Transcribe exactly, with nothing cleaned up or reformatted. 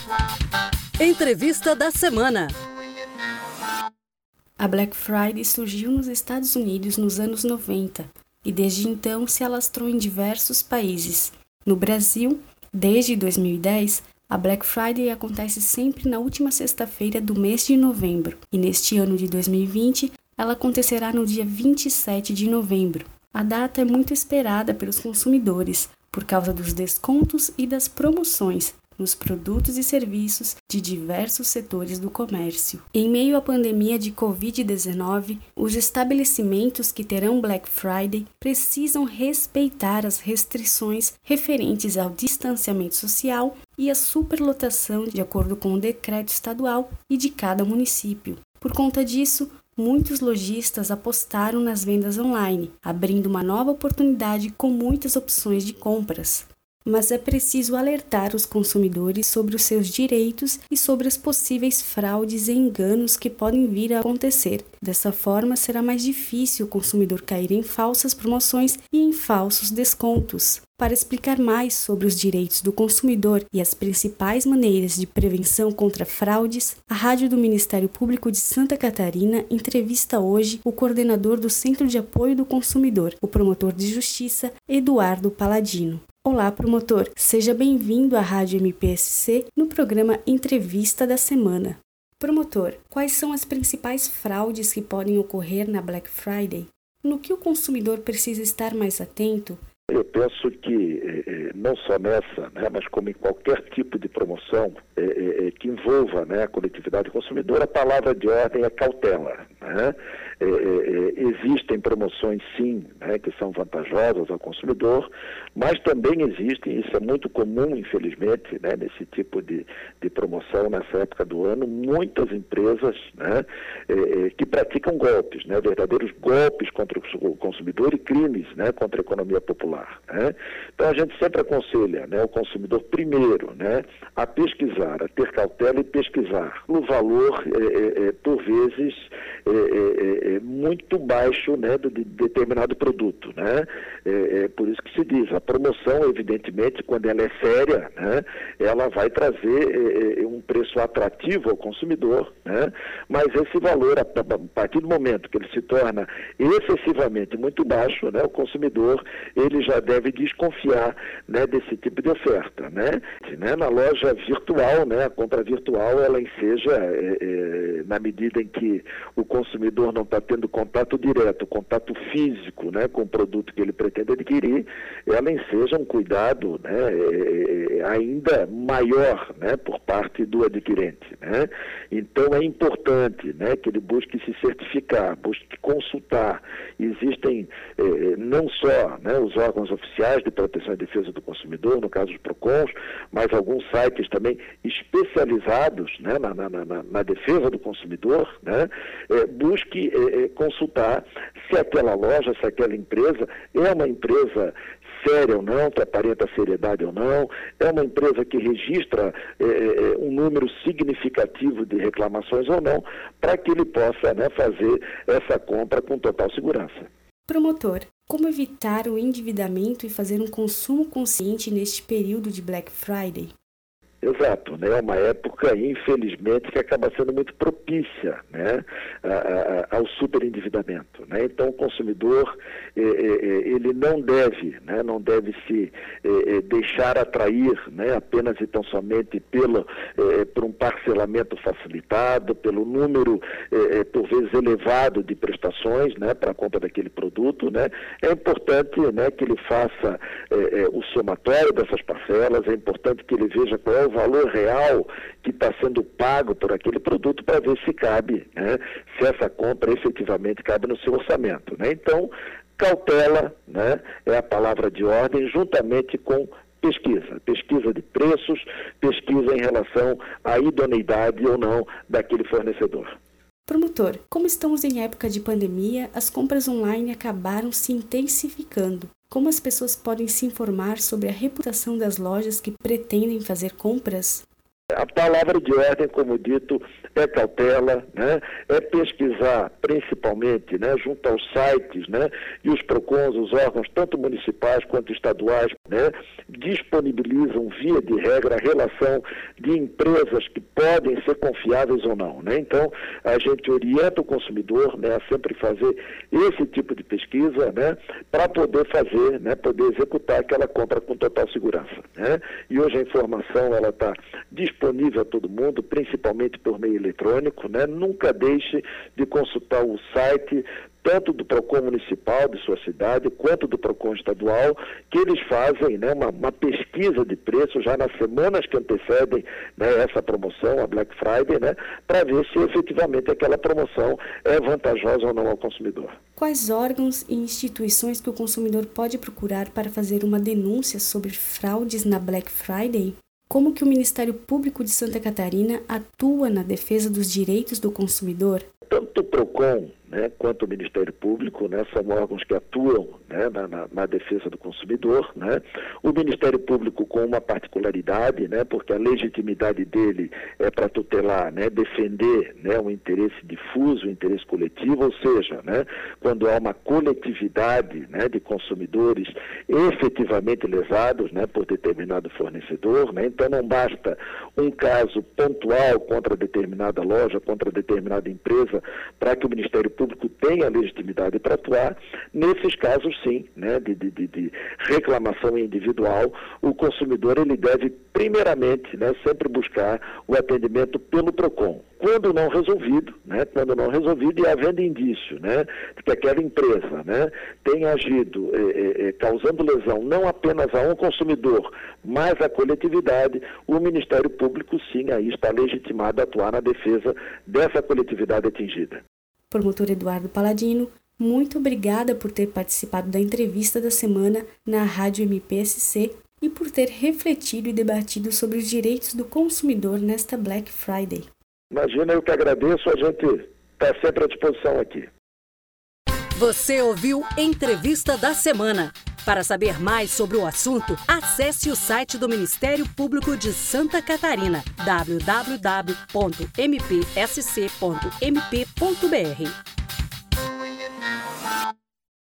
Entrevista da semana. A Black Friday surgiu nos Estados Unidos nos anos noventa e desde então se alastrou em diversos países. No Brasil, desde dois mil e dez, a Black Friday acontece sempre na última sexta-feira do mês de novembro e neste ano de dois mil e vinte ela acontecerá no dia vinte e sete de novembro. A data é muito esperada pelos consumidores por causa dos descontos e das promoções nos produtos e serviços de diversos setores do comércio. Em meio à pandemia de covid dezenove, os estabelecimentos que terão Black Friday precisam respeitar as restrições referentes ao distanciamento social e à superlotação de acordo com o decreto estadual e de cada município. Por conta disso, muitos lojistas apostaram nas vendas online, abrindo uma nova oportunidade com muitas opções de compras. Mas é preciso alertar os consumidores sobre os seus direitos e sobre as possíveis fraudes e enganos que podem vir a acontecer. Dessa forma, será mais difícil o consumidor cair em falsas promoções e em falsos descontos. Para explicar mais sobre os direitos do consumidor e as principais maneiras de prevenção contra fraudes, a Rádio do Ministério Público de Santa Catarina entrevista hoje o coordenador do Centro de Apoio do Consumidor, o promotor de justiça, Eduardo Paladino. Olá, promotor. Seja bem-vindo à Rádio M P S C no programa Entrevista da Semana. Promotor, quais são as principais fraudes que podem ocorrer na Black Friday? No que o consumidor precisa estar mais atento? Eu penso que, eh, não só nessa, né, mas como em qualquer tipo de promoção eh, eh, que envolva, né, a coletividade consumidora, a palavra de ordem é cautela. Né? Eh, eh, existem promoções, sim, né, que são vantajosas ao consumidor, mas também existem, isso é muito comum, infelizmente, né, nesse tipo de, de promoção nessa época do ano, muitas empresas, né, eh, que praticam golpes, né, verdadeiros golpes contra o consumidor e crimes, né, contra a economia popular. Né? Então a gente sempre aconselha, né, o consumidor primeiro, né, a pesquisar, a ter cautela e pesquisar o valor, é, é, por vezes, é, é, é muito baixo, né, de determinado produto. Né? É, é por isso que se diz, a promoção, evidentemente, quando ela é séria, né, ela vai trazer é, um preço atrativo ao consumidor, né? Mas esse valor, a partir do momento que ele se torna excessivamente muito baixo, né, o consumidor ele já deve desconfiar, né, desse tipo de oferta. Né? Né? Na loja virtual, né, a compra virtual, ela seja, é, é, na medida em que o consumidor não está tendo contato direto, contato físico, né, com o produto que ele pretende adquirir, ela seja um cuidado, né, é, ainda maior, né, por parte do adquirente. Né? Então é importante, né, que ele busque se certificar, busque consultar. Existem é, não só, né, os órgãos oficiais de proteção e defesa do consumidor, no caso dos PROCONs, mas alguns sites também especializados, né, na, na, na, na defesa do consumidor, né, é, busque é, consultar se aquela loja, se aquela empresa é uma empresa séria ou não, que aparenta seriedade ou não, é uma empresa que registra é, um número significativo de reclamações ou não, para que ele possa, né, fazer essa compra com total segurança. Promotor, como evitar o endividamento e fazer um consumo consciente neste período de Black Friday? Exato, né? É uma época, infelizmente, que acaba sendo muito propícia, né, a, a, ao superendividamento. Né? Então, o consumidor, eh, eh, ele não deve, né, não deve se eh, deixar atrair, né, apenas e tão somente pelo, eh, por um parcelamento facilitado, pelo número, eh, por vezes, elevado de prestações, né, para a compra daquele produto. Né? É importante, né, que ele faça eh, o somatório dessas parcelas, é importante que ele veja qual é o valor real que está sendo pago por aquele produto para ver se cabe, né, se essa compra efetivamente cabe no seu orçamento. Né? Então, cautela, né, é a palavra de ordem, juntamente com pesquisa, pesquisa de preços, pesquisa em relação à idoneidade ou não daquele fornecedor. Promotor, como estamos em época de pandemia, as compras online acabaram se intensificando. Como as pessoas podem se informar sobre a reputação das lojas que pretendem fazer compras? A palavra de ordem, como dito, é cautela, né? É pesquisar principalmente, né, junto aos sites, né, e os PROCONs, os órgãos tanto municipais quanto estaduais, né, disponibilizam, via de regra, a relação de empresas que podem ser confiáveis ou não, né? Então, a gente orienta o consumidor, né, a sempre fazer esse tipo de pesquisa, né, para poder fazer, né, poder executar aquela compra com total segurança, né? E hoje a informação ela está disponível a todo mundo, principalmente por meio eletrônico, né? Nunca deixe de consultar o site tanto do PROCON municipal de sua cidade, quanto do PROCON estadual, que eles fazem, né, uma, uma pesquisa de preço já nas semanas que antecedem, né, essa promoção, a Black Friday, né, para ver se efetivamente aquela promoção é vantajosa ou não ao consumidor. Quais órgãos e instituições que o consumidor pode procurar para fazer uma denúncia sobre fraudes na Black Friday? Como que o Ministério Público de Santa Catarina atua na defesa dos direitos do consumidor? Tanto o PROCON, né, quanto o Ministério Público, né, são órgãos que atuam, né, na, na, na defesa do consumidor, né? O Ministério Público com uma particularidade, né, porque a legitimidade dele é para tutelar, né, defender, né, um interesse difuso, um interesse coletivo, ou seja, né, quando há uma coletividade, né, de consumidores efetivamente lesados, né, por determinado fornecedor, né? Então não basta um caso pontual contra determinada loja, contra determinada empresa, para que o Ministério Público tenha legitimidade para atuar. Nesses casos, sim, né, de, de, de reclamação individual, o consumidor ele deve, primeiramente, né, sempre buscar o atendimento pelo PROCON. Quando não resolvido, né, quando não resolvido e havendo indício, né, de que aquela empresa, né, tenha agido eh, eh, causando lesão não apenas a um consumidor, mas à coletividade, o Ministério Público, sim, aí está legitimado a atuar na defesa dessa coletividade atingida. Promotor Eduardo Paladino, muito obrigada por ter participado da entrevista da semana na Rádio M P S C e por ter refletido e debatido sobre os direitos do consumidor nesta Black Friday. Imagina, eu que agradeço, a gente está sempre à disposição aqui. Você ouviu Entrevista da Semana. Para saber mais sobre o assunto, acesse o site do Ministério Público de Santa Catarina, w w w ponto m p s c ponto m p ponto b r.